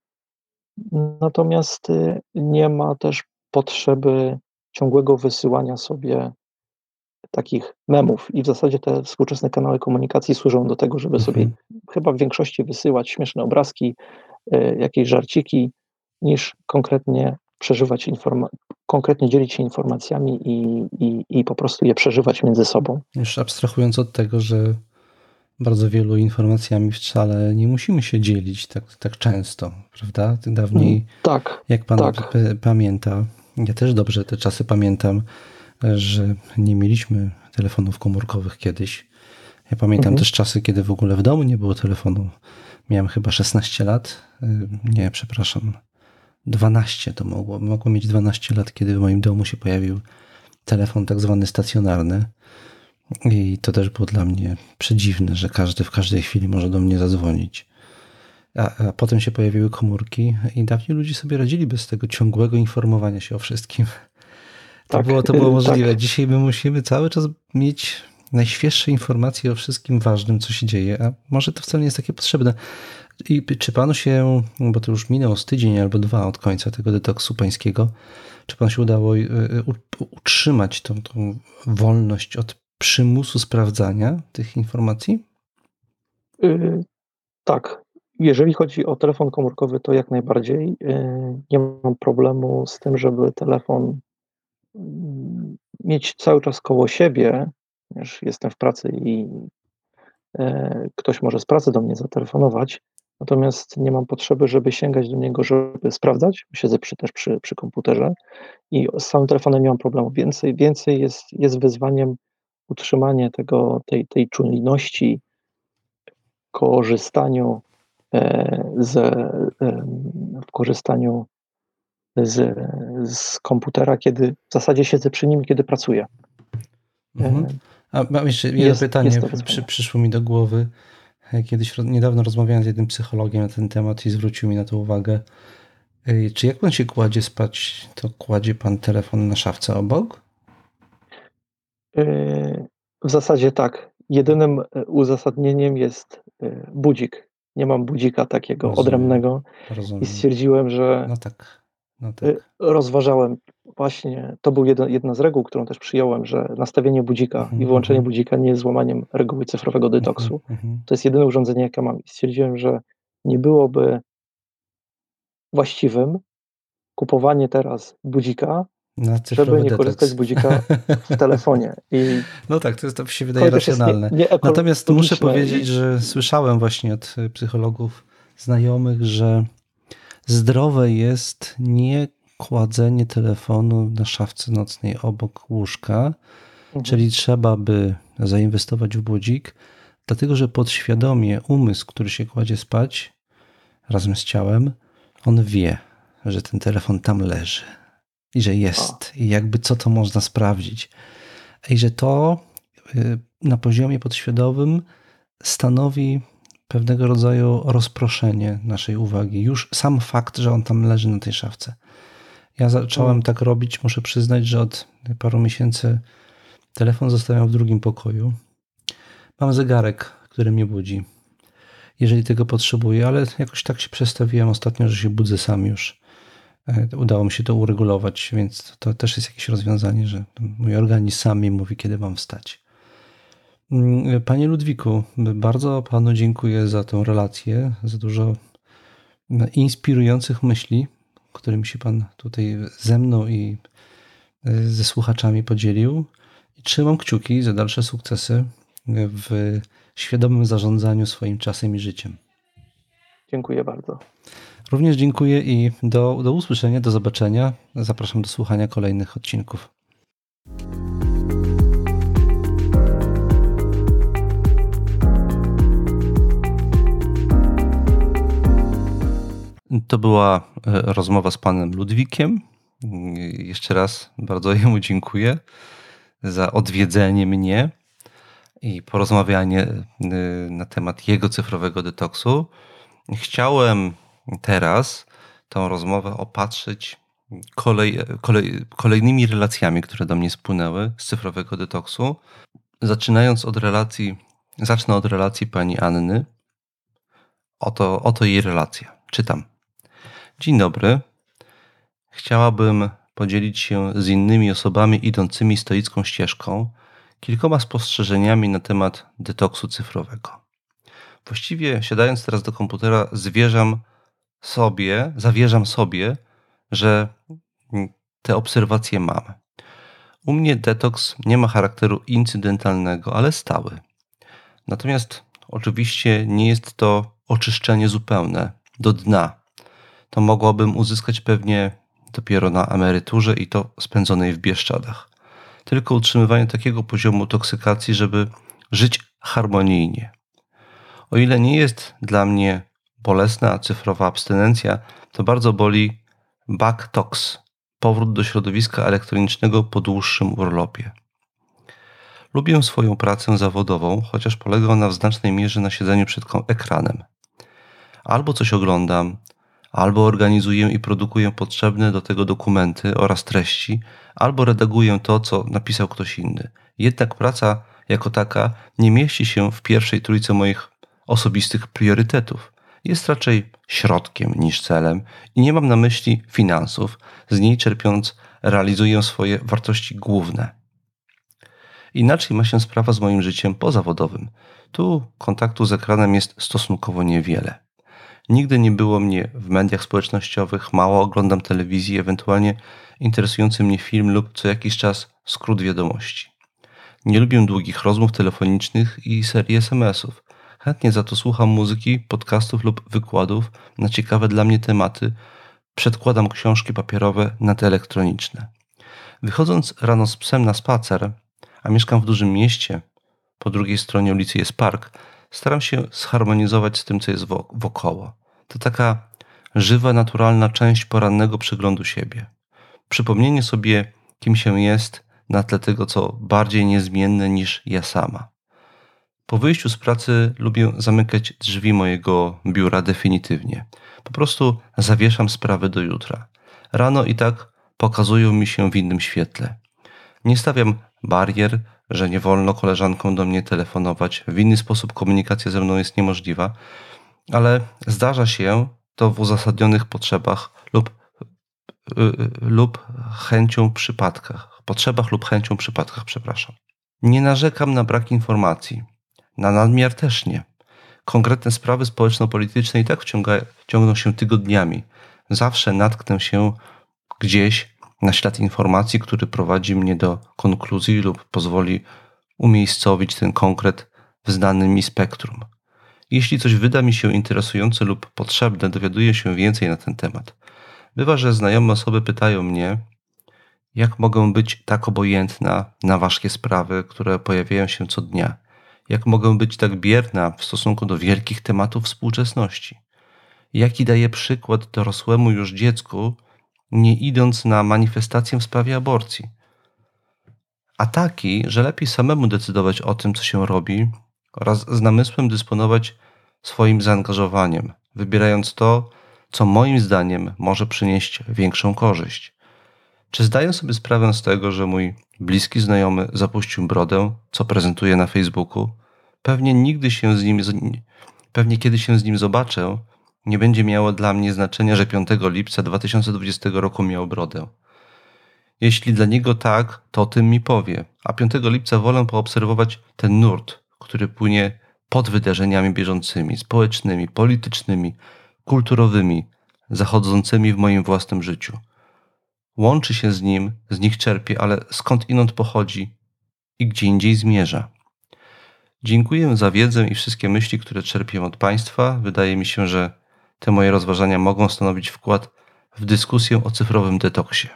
B: Natomiast, y, nie ma też potrzeby ciągłego wysyłania sobie takich memów i w zasadzie te współczesne kanały komunikacji służą do tego, żeby sobie
A: Mhm.
B: chyba w większości wysyłać śmieszne obrazki, y, jakieś żarciki, niż konkretnie przeżywać informa konkretnie dzielić się informacjami i i i po prostu je przeżywać między sobą.
A: Już abstrahując od tego, że bardzo wielu informacjami wcale nie musimy się dzielić tak, tak często, prawda?
B: Mm,
A: Dawniej,
B: tak,
A: jak pan
B: tak.
A: p- pamięta, ja też dobrze te czasy pamiętam, że nie mieliśmy telefonów komórkowych kiedyś. Ja pamiętam
B: Mhm.
A: też czasy, kiedy w ogóle w domu nie było telefonu. Miałem chyba szesnaście lat. Y, Nie, przepraszam. dwanaście to mogło. Mogło mieć dwanaście lat, kiedy w moim domu się pojawił telefon tak zwany stacjonarny. I to też było dla mnie przedziwne, że każdy w każdej chwili może do mnie zadzwonić. A, a potem się pojawiły komórki i dawniej ludzie sobie radzili bez tego ciągłego informowania się o wszystkim. To było,
B: Tak,
A: to było
B: y,
A: możliwe.
B: tak.
A: Dzisiaj my musimy cały czas mieć najświeższe informacje o wszystkim ważnym, co się dzieje, a może to wcale nie jest takie potrzebne. I czy panu się, bo to już minęło z tydzień albo dwa od końca tego detoksu pańskiego, czy panu się udało y, y, u- utrzymać tą, tą wolność od przymusu sprawdzania tych informacji?
B: Y, tak. Jeżeli chodzi o telefon komórkowy, to jak najbardziej. Y, nie mam problemu z tym, żeby telefon, mm, mieć cały czas koło siebie, ponieważ jestem w pracy i, e, ktoś może z pracy do mnie zatelefonować, natomiast nie mam potrzeby, żeby sięgać do niego, żeby sprawdzać. Siedzę przy też przy przy komputerze i z samym telefonem nie mam problemu. Więcej więcej jest jest wyzwaniem utrzymanie tego tej tej czujności korzystaniu, e, z em, w korzystaniu z z komputera, kiedy w zasadzie siedzę przy nim, kiedy pracuję.
A: Mhm.
B: E,
A: A mam jeszcze jedno
B: jest jest
A: pytanie,
B: to
A: przy,
B: wyzwanie.
A: przyszło mi do głowy. Kiedyś ro- niedawno rozmawiałem z jednym psychologiem na ten temat i zwrócił mi na to uwagę. Ej, Czy jak pan się kładzie spać, to kładzie pan telefon na szafce obok?
B: E, w zasadzie tak. Jedynym, e, uzasadnieniem jest, e, budzik. Nie mam budzika takiego
A: Rozumiem,
B: odrębnego i
A: rozumiem.
B: stwierdziłem, że
A: No tak, no
B: Y,
A: tak.
B: rozważałem właśnie, to był jeden jedna z reguł, którą też przyjąłem, że nastawienie budzika i
A: Mhm,
B: wyłączenie
A: mhm,
B: budzika nie jest złamaniem reguły cyfrowego
A: mhm,
B: detoksu.
A: mhm.
B: To jest jedyne urządzenie, jakie mam i stwierdziłem, że nie byłoby właściwym kupowanie teraz budzika,
A: Na
B: żeby
A: cyfrowy
B: nie korzystać z
A: detoks.
B: budzik w telefonie i
A: No tak, to, jest, to się wydaje
B: to też jest nie
A: racjonalne. Natomiast muszę
B: nieekologiczne
A: powiedzieć,
B: i
A: że słyszałem właśnie od psychologów znajomych, że zdrowe jest nie kładzenie telefonu na szafce nocnej obok łóżka,
B: mhm,
A: czyli trzeba by zainwestować w budzik, dlatego że podświadomie umysł, który się kładzie spać razem z ciałem, on wie, że ten telefon tam leży i że
B: a,
A: jest i jakby co to można sprawdzić. I że to y, na poziomie podświadomym stanowi pewnego rodzaju rozproszenie naszej uwagi. Już sam fakt, że on tam leży na tej szafce. Ja zacząłem
B: mm,
A: tak robić, muszę przyznać, że od paru miesięcy telefon zostawiam w drugim pokoju. Mam zegarek, który mnie budzi, jeżeli tego potrzebuję, ale jakoś tak się przestawiłem ostatnio, że się budzę sam już. E, Udało mi się to uregulować, więc to też jest jakieś rozwiązanie, że mój organizm sam mi mówi, kiedy mam wstać. Mm, Panie Ludwiku, bardzo panu dziękuję za tę relację, za dużo inspirujących myśli, którymi się pan tutaj ze mną i ze słuchaczami podzielił i trzymam kciuki za dalsze sukcesy w świadomym zarządzaniu swoim czasem i życiem.
B: Dziękuję bardzo.
A: Również dziękuję i do, do usłyszenia, do zobaczenia. Zapraszam do słuchania kolejnych odcinków. To była rozmowa z panem Ludwikiem. Jeszcze raz bardzo jemu dziękuję za odwiedzenie mnie i porozmawianie na temat jego cyfrowego detoksu. Chciałem teraz tą rozmowę opatrzyć kolej, kolej, kolejnymi relacjami, które do mnie spłynęły z cyfrowego detoksu. Zaczynając od relacji, zacznę od relacji pani Anny. Oto, oto jej relacja. Czytam. Dzień dobry. Chciałabym podzielić się z innymi osobami idącymi stoicką ścieżką kilkoma spostrzeżeniami na temat detoksu cyfrowego. Właściwie siadając teraz do komputera zwierzam sobie, zawierzam sobie, że te obserwacje mam. U mnie detoks nie ma charakteru incydentalnego, ale stały. Natomiast oczywiście nie jest to oczyszczenie zupełne, do dna. To mogłabym uzyskać pewnie dopiero na emeryturze i to spędzonej w Bieszczadach. Tylko utrzymywanie takiego poziomu toksykacji, żeby żyć harmonijnie. O ile nie jest dla mnie bolesna cyfrowa abstynencja, to bardzo boli back tox, powrót do środowiska elektronicznego po dłuższym urlopie. Lubię swoją pracę zawodową, chociaż polega ona w znacznej mierze na siedzeniu przed ekranem. Albo coś oglądam, albo organizuję i produkuję potrzebne do tego dokumenty oraz treści, albo redaguję to, co napisał ktoś inny. Jednak praca jako taka nie mieści się w pierwszej trójce moich osobistych priorytetów. Jest raczej środkiem niż celem i nie mam na myśli finansów. Z niej czerpiąc realizuję swoje wartości główne. Inaczej ma się sprawa z moim życiem pozawodowym. Tu kontaktu z ekranem jest stosunkowo niewiele. Nigdy nie było mnie w mediach społecznościowych, mało oglądam telewizji, ewentualnie interesujący mnie film lub co jakiś czas skrót wiadomości. Nie lubię długich rozmów telefonicznych i serii es em esów. Chętnie za to słucham muzyki, podcastów lub wykładów na ciekawe dla mnie tematy. Przedkładam książki papierowe na te elektroniczne. Wychodząc rano z psem na spacer, a mieszkam w dużym mieście, po drugiej stronie ulicy jest park, staram się zharmonizować z tym, co jest wokoło. To taka żywa, naturalna część porannego przeglądu siebie. Przypomnienie sobie, kim się jest na tle tego, co bardziej niezmienne niż ja sama. Po wyjściu z pracy lubię zamykać drzwi mojego biura definitywnie. Po prostu zawieszam sprawy do jutra. Rano i tak pokazują mi się w innym świetle. Nie stawiam barier, że nie wolno koleżankom do mnie telefonować. W inny sposób komunikacja ze mną jest niemożliwa, ale zdarza się to w uzasadnionych potrzebach lub, yy, lub chęcią przypadkach. Potrzebach lub chęcią przypadkach, przepraszam. Nie narzekam na brak informacji. Na nadmiar też nie. Konkretne sprawy społeczno-polityczne i tak wciąga, ciągną się tygodniami. Zawsze natknę się gdzieś na ślad informacji, który prowadzi mnie do konkluzji lub pozwoli umiejscowić ten konkret w znanym mi spektrum. Jeśli coś wyda mi się interesujące lub potrzebne, dowiaduję się więcej na ten temat. Bywa, że znajome osoby pytają mnie, jak mogę być tak obojętna na ważkie sprawy, które pojawiają się co dnia. Jak mogę być tak bierna w stosunku do wielkich tematów współczesności? Jaki daję przykład dorosłemu już dziecku, nie idąc na manifestację w sprawie aborcji? A taki, że lepiej samemu decydować o tym, co się robi oraz z namysłem dysponować swoim zaangażowaniem, wybierając to, co moim zdaniem może przynieść większą korzyść. Czy zdaję sobie sprawę z tego, że mój bliski znajomy zapuścił brodę, co prezentuje na Facebooku? Pewnie nigdy się z nim, pewnie kiedy się z nim zobaczę, nie będzie miało dla mnie znaczenia, że piątego lipca dwa tysiące dwudziestego roku miał brodę. Jeśli dla niego tak, to o tym mi powie, a piątego lipca wolę poobserwować ten nurt, który płynie pod wydarzeniami bieżącymi, społecznymi, politycznymi, kulturowymi, zachodzącymi w moim własnym życiu. łączy się z nim, z nich czerpie, ale skąd inąd pochodzi i gdzie indziej zmierza. Dziękuję za wiedzę i wszystkie myśli, które czerpię od Państwa. Wydaje mi się, że te moje rozważania mogą stanowić wkład w dyskusję o cyfrowym detoksie.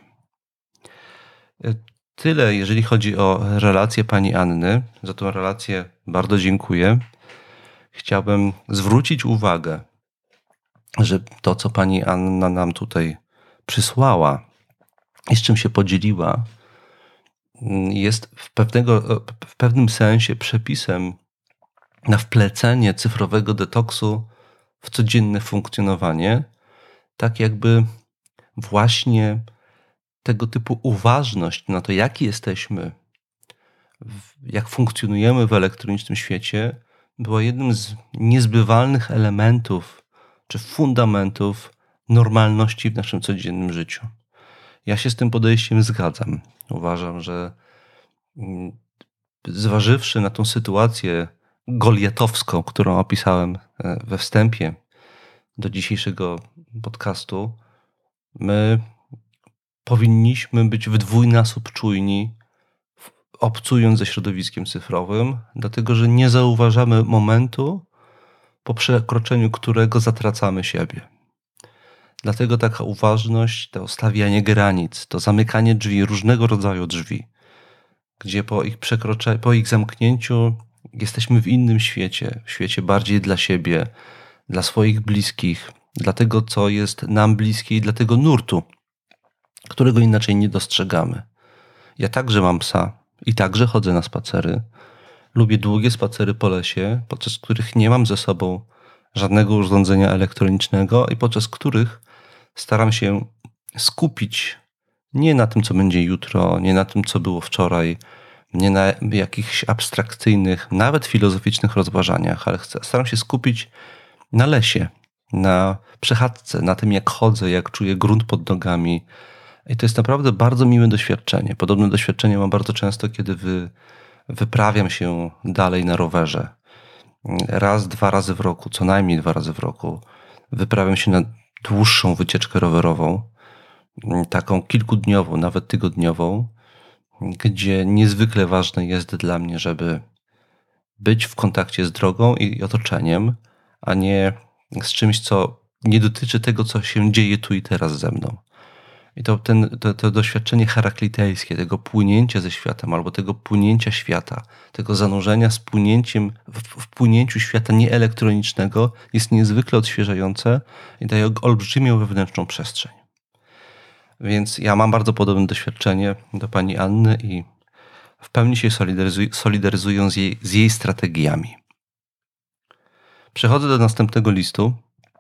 A: Tyle, jeżeli chodzi o relację pani Anny. Za tą relację bardzo dziękuję. Chciałbym zwrócić uwagę, że to, co pani Anna nam tutaj przysłała i z czym się podzieliła, jest w, pewnego, w pewnym sensie przepisem na wplecenie cyfrowego detoksu w codzienne funkcjonowanie, tak jakby właśnie tego typu uważność na to, jaki jesteśmy, jak funkcjonujemy w elektronicznym świecie, była jednym z niezbywalnych elementów czy fundamentów normalności w naszym codziennym życiu. Ja się z tym podejściem zgadzam. Uważam, że zważywszy na tą sytuację goliatowską, którą opisałem we wstępie do dzisiejszego podcastu, my powinniśmy być w dwójnasób czujni, obcując ze środowiskiem cyfrowym, dlatego że nie zauważamy momentu, po przekroczeniu którego zatracamy siebie. Dlatego taka uważność, to stawianie granic, to zamykanie drzwi, różnego rodzaju drzwi, gdzie po ich przekroczeniu, po ich zamknięciu jesteśmy w innym świecie, w świecie bardziej dla siebie, dla swoich bliskich, dla tego, co jest nam bliskie i dla tego nurtu, którego inaczej nie dostrzegamy. Ja także mam psa i także chodzę na spacery. Lubię długie spacery po lesie, podczas których nie mam ze sobą żadnego urządzenia elektronicznego i podczas których staram się skupić nie na tym, co będzie jutro, nie na tym, co było wczoraj, nie na jakichś abstrakcyjnych, nawet filozoficznych rozważaniach, ale chcę, staram się skupić na lesie, na przechadzce, na tym, jak chodzę, jak czuję grunt pod nogami. I to jest naprawdę bardzo miłe doświadczenie. Podobne doświadczenie mam bardzo często, kiedy wy, wyprawiam się dalej na rowerze. Raz, dwa razy w roku, co najmniej dwa razy w roku, wyprawiam się na dłuższą wycieczkę rowerową, taką kilkudniową, nawet tygodniową, gdzie niezwykle ważne jest dla mnie, żeby być w kontakcie z drogą i otoczeniem, a nie z czymś, co nie dotyczy tego, co się dzieje tu i teraz ze mną. I to, ten, to, to doświadczenie heraklitejskie, tego płynięcia ze światem albo tego płynięcia świata, tego zanurzenia z płynięciem, w, w płynięciu świata nieelektronicznego jest niezwykle odświeżające i daje olbrzymią wewnętrzną przestrzeń. Więc ja mam bardzo podobne doświadczenie do pani Anny i w pełni się solidaryzuję, solidaryzuję z, jej, z jej strategiami. Przechodzę do następnego listu,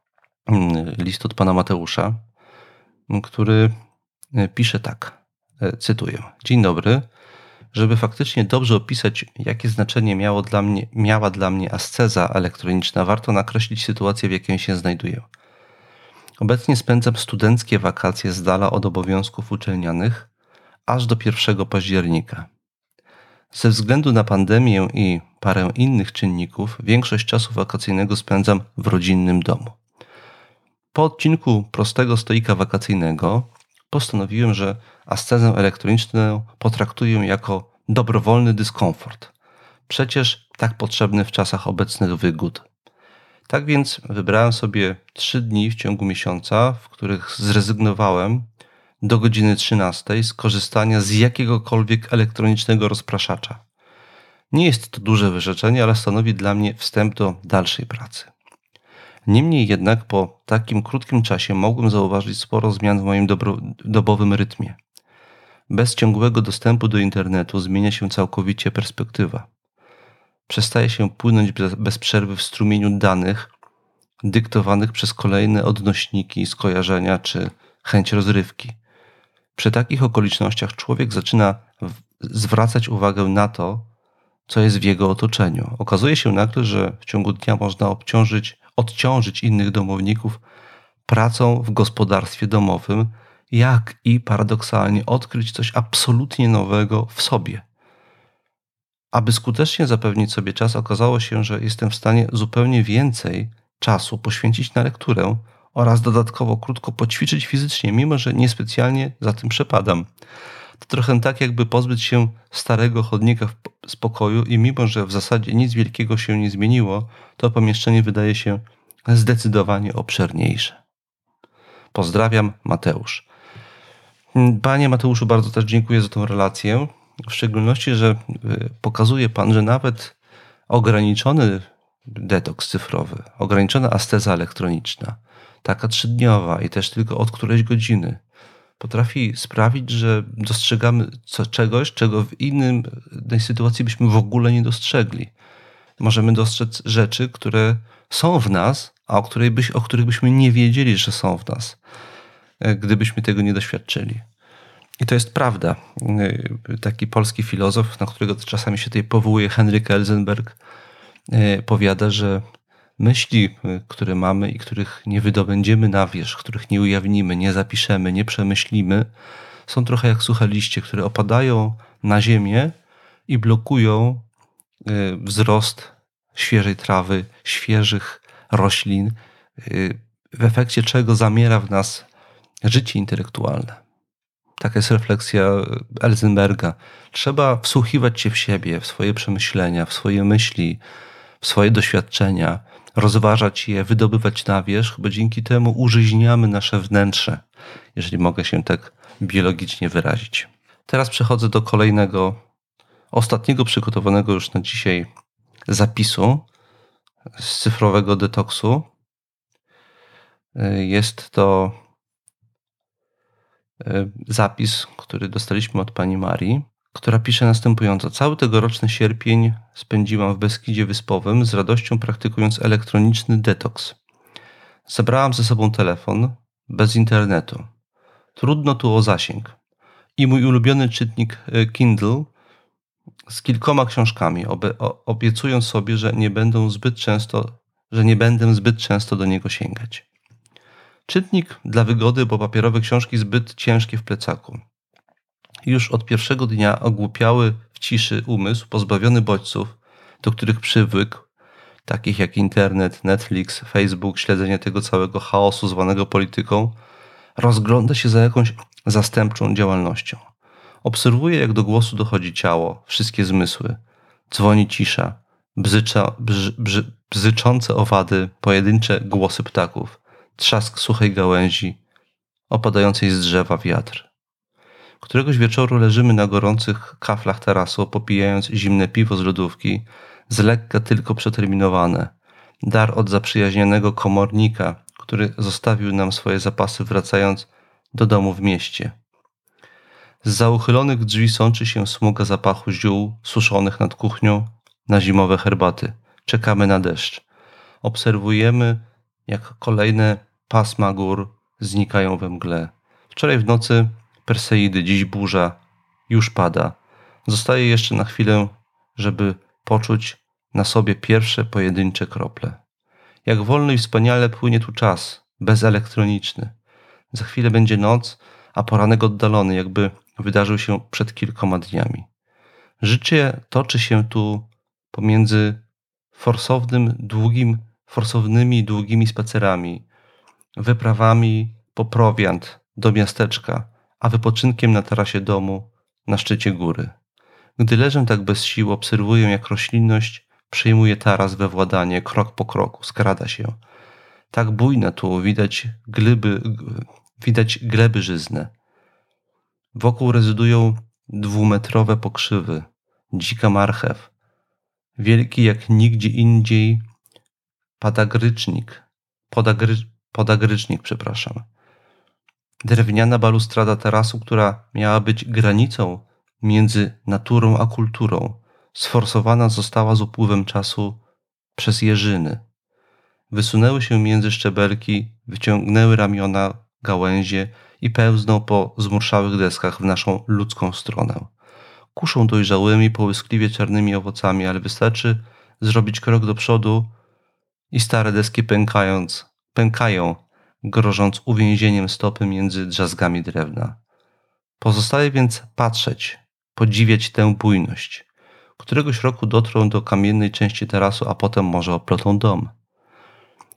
A: list od pana Mateusza, który pisze tak, cytuję. Dzień dobry. Żeby faktycznie dobrze opisać, jakie znaczenie miało dla mnie, miała dla mnie asceza elektroniczna, warto nakreślić sytuację, w jakiej się znajduję. Obecnie spędzam studenckie wakacje z dala od obowiązków uczelnianych aż do pierwszego października. Ze względu na pandemię i parę innych czynników, większość czasu wakacyjnego spędzam w rodzinnym domu. Po odcinku prostego stoika wakacyjnego postanowiłem, że ascezę elektroniczną potraktuję jako dobrowolny dyskomfort. Przecież tak potrzebny w czasach obecnych wygód. Tak więc wybrałem sobie trzy dni w ciągu miesiąca, w których zrezygnowałem do godziny trzynastej z korzystania z jakiegokolwiek elektronicznego rozpraszacza. Nie jest to duże wyrzeczenie, ale stanowi dla mnie wstęp do dalszej pracy. Niemniej jednak po takim krótkim czasie mogłem zauważyć sporo zmian w moim dobro, dobowym rytmie. Bez ciągłego dostępu do internetu zmienia się całkowicie perspektywa. Przestaje się płynąć bez, bez przerwy w strumieniu danych dyktowanych przez kolejne odnośniki, skojarzenia czy chęć rozrywki. Przy takich okolicznościach człowiek zaczyna w, zwracać uwagę na to, co jest w jego otoczeniu. Okazuje się nagle, że w ciągu dnia można obciążyć odciążyć innych domowników pracą w gospodarstwie domowym, jak i paradoksalnie odkryć coś absolutnie nowego w sobie. Aby skutecznie zapewnić sobie czas, okazało się, że jestem w stanie zupełnie więcej czasu poświęcić na lekturę oraz dodatkowo krótko poćwiczyć fizycznie, mimo że niespecjalnie za tym przepadam. To trochę tak, jakby pozbyć się starego chodnika z pokoju i mimo że w zasadzie nic wielkiego się nie zmieniło, to pomieszczenie wydaje się zdecydowanie obszerniejsze. Pozdrawiam, Mateusz. Panie Mateuszu, bardzo też dziękuję za tę relację. W szczególności, że pokazuje Pan, że nawet ograniczony detoks cyfrowy, ograniczona asceza elektroniczna, taka trzydniowa i też tylko od którejś godziny, potrafi sprawić, że dostrzegamy co, czegoś, czego w innym, innej sytuacji byśmy w ogóle nie dostrzegli. Możemy dostrzec rzeczy, które są w nas, a o, której byś, o których byśmy nie wiedzieli, że są w nas, gdybyśmy tego nie doświadczyli. I to jest prawda. Taki polski filozof, na którego czasami się tutaj powołuje, Henryk Elzenberg, powiada, że myśli, które mamy i których nie wydobędziemy na wierzch, których nie ujawnimy, nie zapiszemy, nie przemyślimy, są trochę jak suche liście, które opadają na ziemię i blokują wzrost świeżej trawy, świeżych roślin, w efekcie czego zamiera w nas życie intelektualne. Taka jest refleksja Elzenberga. Trzeba wsłuchiwać się w siebie, w swoje przemyślenia, w swoje myśli, w swoje doświadczenia, rozważać je, wydobywać na wierzch, bo dzięki temu użyźniamy nasze wnętrze, jeżeli mogę się tak biologicznie wyrazić. Teraz przechodzę do kolejnego, ostatniego przygotowanego już na dzisiaj zapisu z cyfrowego detoksu. Jest to zapis, który dostaliśmy od pani Marii, która pisze następująco. Cały tegoroczny sierpień spędziłam w Beskidzie Wyspowym z radością praktykując elektroniczny detoks. Zabrałam ze sobą telefon bez internetu. Trudno tu o zasięg. I mój ulubiony czytnik Kindle z kilkoma książkami, obiecując sobie, że nie będę zbyt często, że nie będę zbyt często do niego sięgać. Czytnik dla wygody, bo papierowe książki zbyt ciężkie w plecaku. Już od pierwszego dnia ogłupiały w ciszy umysł, pozbawiony bodźców, do których przywykł, takich jak internet, Netflix, Facebook, śledzenie tego całego chaosu zwanego polityką, rozgląda się za jakąś zastępczą działalnością. Obserwuje, jak do głosu dochodzi ciało, wszystkie zmysły. Dzwoni cisza, bzycza, brzy, brzy, bzyczące owady, pojedyncze głosy ptaków, trzask suchej gałęzi, opadającej z drzewa wiatr. Któregoś wieczoru leżymy na gorących kaflach tarasu, popijając zimne piwo z lodówki, z lekka tylko przeterminowane. Dar od zaprzyjaźnionego komornika, który zostawił nam swoje zapasy, wracając do domu w mieście. Z zauchylonych drzwi sączy się smuga zapachu ziół suszonych nad kuchnią na zimowe herbaty. Czekamy na deszcz. Obserwujemy, jak kolejne pasma gór znikają we mgle. Wczoraj w nocy Perseidy, dziś burza, już pada. Zostaje jeszcze na chwilę, żeby poczuć na sobie pierwsze pojedyncze krople. Jak wolno i wspaniale płynie tu czas, bezelektroniczny. Za chwilę będzie noc, a poranek oddalony, jakby wydarzył się przed kilkoma dniami. Życie toczy się tu pomiędzy forsownym, długim, forsownymi, długimi spacerami, wyprawami po prowiant do miasteczka, a wypoczynkiem na tarasie domu na szczycie góry. Gdy leżę tak bez sił, obserwuję, jak roślinność przejmuje taras we władanie, krok po kroku, skrada się. Tak bujna tu widać gleby, widać gleby żyzne. Wokół rezydują dwumetrowe pokrzywy, dzika marchew, wielki jak nigdzie indziej padagrycznik, podagry, podagrycznik, przepraszam. Drewniana balustrada tarasu, która miała być granicą między naturą a kulturą, sforsowana została z upływem czasu przez jeżyny. Wysunęły się między szczebelki, wyciągnęły ramiona, gałęzie i pełzną po zmurszałych deskach w naszą ludzką stronę. Kuszą dojrzałymi, połyskliwie czarnymi owocami, ale wystarczy zrobić krok do przodu i stare deski pękając, pękają, grożąc uwięzieniem stopy między drzazgami drewna. Pozostaje więc patrzeć, podziwiać tę bujność. Któregoś roku dotrą do kamiennej części tarasu, a potem może oplotą dom.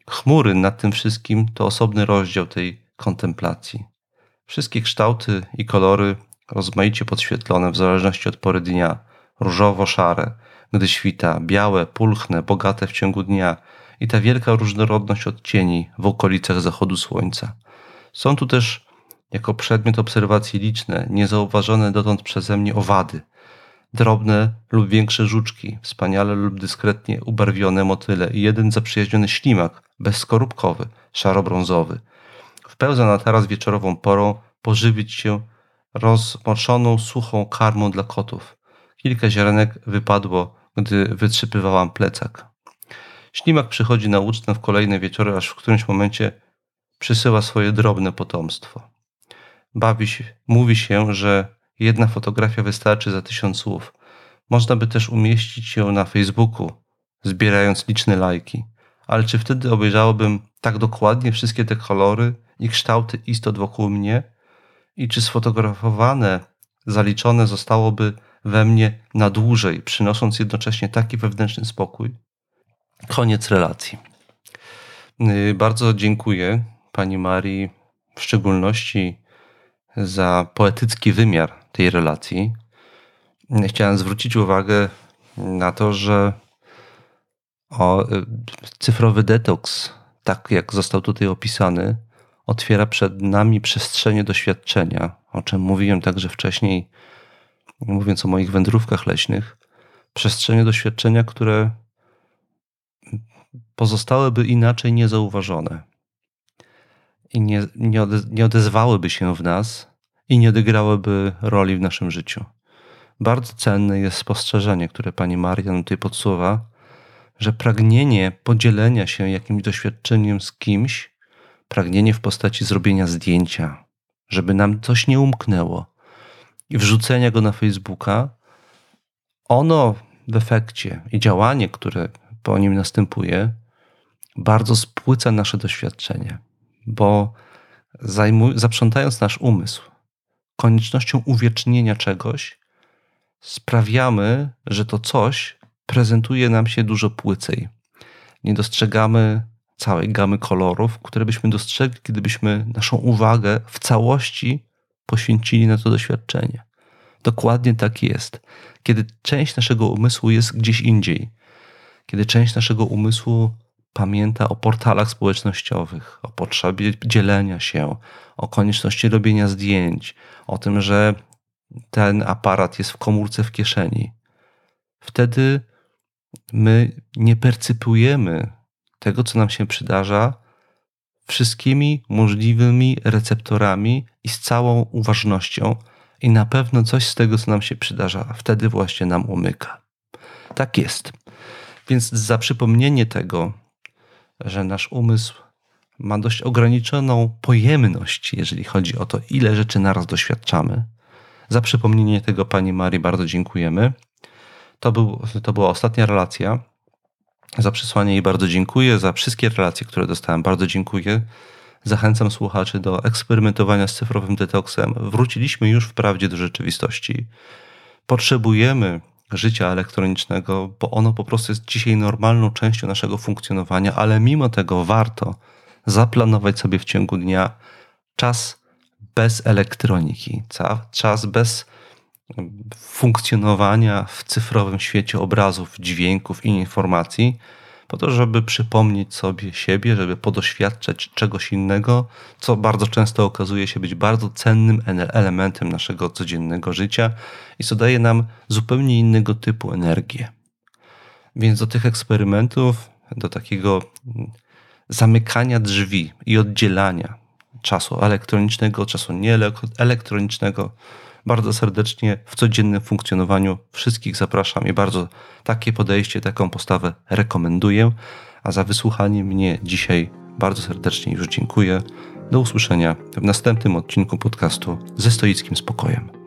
A: Chmury nad tym wszystkim to osobny rozdział tej kontemplacji. Wszystkie kształty i kolory rozmaicie podświetlone w zależności od pory dnia. Różowo-szare, gdy świta, białe, pulchne, bogate w ciągu dnia i ta wielka różnorodność odcieni w okolicach zachodu słońca. Są tu też jako przedmiot obserwacji liczne, niezauważone dotąd przeze mnie owady, drobne lub większe żuczki, wspaniale lub dyskretnie ubarwione motyle i jeden zaprzyjaźniony ślimak, bezskorupkowy, szaro-brązowy. Wpełza na taras wieczorową porą pożywić się rozmoczoną, suchą karmą dla kotów. Kilka ziarenek wypadło, gdy wytrzypywałam plecak. Ślimak przychodzi na ucztę w kolejne wieczory, aż w którymś momencie przysyła swoje drobne potomstwo. Bawi się, mówi się, że jedna fotografia wystarczy za tysiąc słów. Można by też umieścić ją na Facebooku, zbierając liczne lajki. Ale czy wtedy obejrzałbym tak dokładnie wszystkie te kolory i kształty istot wokół mnie? I czy sfotografowane, zaliczone zostałoby we mnie na dłużej, przynosząc jednocześnie taki wewnętrzny spokój? Koniec relacji. Bardzo dziękuję pani Marii w szczególności za poetycki wymiar tej relacji. Chciałem zwrócić uwagę na to, że o, cyfrowy detoks, tak jak został tutaj opisany, otwiera przed nami przestrzenie doświadczenia, o czym mówiłem także wcześniej, mówiąc o moich wędrówkach leśnych. Przestrzenie doświadczenia, które pozostałyby inaczej niezauważone i nie, nie, ode, nie odezwałyby się w nas i nie odegrałyby roli w naszym życiu. Bardzo cenne jest spostrzeżenie, które pani Maria nam tutaj podsuwa, że pragnienie podzielenia się jakimś doświadczeniem z kimś, pragnienie w postaci zrobienia zdjęcia, żeby nam coś nie umknęło i wrzucenia go na Facebooka, ono w efekcie i działanie, które po nim następuje, bardzo spłyca nasze doświadczenie, bo zajmuj, zaprzątając nasz umysł koniecznością uwiecznienia czegoś, sprawiamy, że to coś prezentuje nam się dużo płycej. Nie dostrzegamy całej gamy kolorów, które byśmy dostrzegli, gdybyśmy naszą uwagę w całości poświęcili na to doświadczenie. Dokładnie tak jest. Kiedy część naszego umysłu jest gdzieś indziej, kiedy część naszego umysłu pamięta o portalach społecznościowych, o potrzebie dzielenia się, o konieczności robienia zdjęć, o tym, że ten aparat jest w komórce w kieszeni. Wtedy my nie percypujemy tego, co nam się przydarza, wszystkimi możliwymi receptorami i z całą uważnością i na pewno coś z tego, co nam się przydarza, wtedy właśnie nam umyka. Tak jest. Więc za przypomnienie tego, że nasz umysł ma dość ograniczoną pojemność, jeżeli chodzi o to, ile rzeczy naraz doświadczamy, za przypomnienie tego pani Marii bardzo dziękujemy. To, był, to była ostatnia relacja. Za przesłanie jej bardzo dziękuję. Za wszystkie relacje, które dostałem, bardzo dziękuję. Zachęcam słuchaczy do eksperymentowania z cyfrowym detoksem. Wróciliśmy już wprawdzie do rzeczywistości. Potrzebujemy życia elektronicznego, bo ono po prostu jest dzisiaj normalną częścią naszego funkcjonowania, ale mimo tego warto zaplanować sobie w ciągu dnia czas bez elektroniki, czas bez funkcjonowania w cyfrowym świecie obrazów, dźwięków i informacji, po to, żeby przypomnieć sobie siebie, żeby podoświadczać czegoś innego, co bardzo często okazuje się być bardzo cennym elementem naszego codziennego życia i co daje nam zupełnie innego typu energię. Więc do tych eksperymentów, do takiego zamykania drzwi i oddzielania czasu elektronicznego od czasu nieelektronicznego, bardzo serdecznie w codziennym funkcjonowaniu wszystkich zapraszam i bardzo takie podejście, taką postawę rekomenduję. A za wysłuchanie mnie dzisiaj bardzo serdecznie już dziękuję. Do usłyszenia w następnym odcinku podcastu Ze Stoickim Spokojem.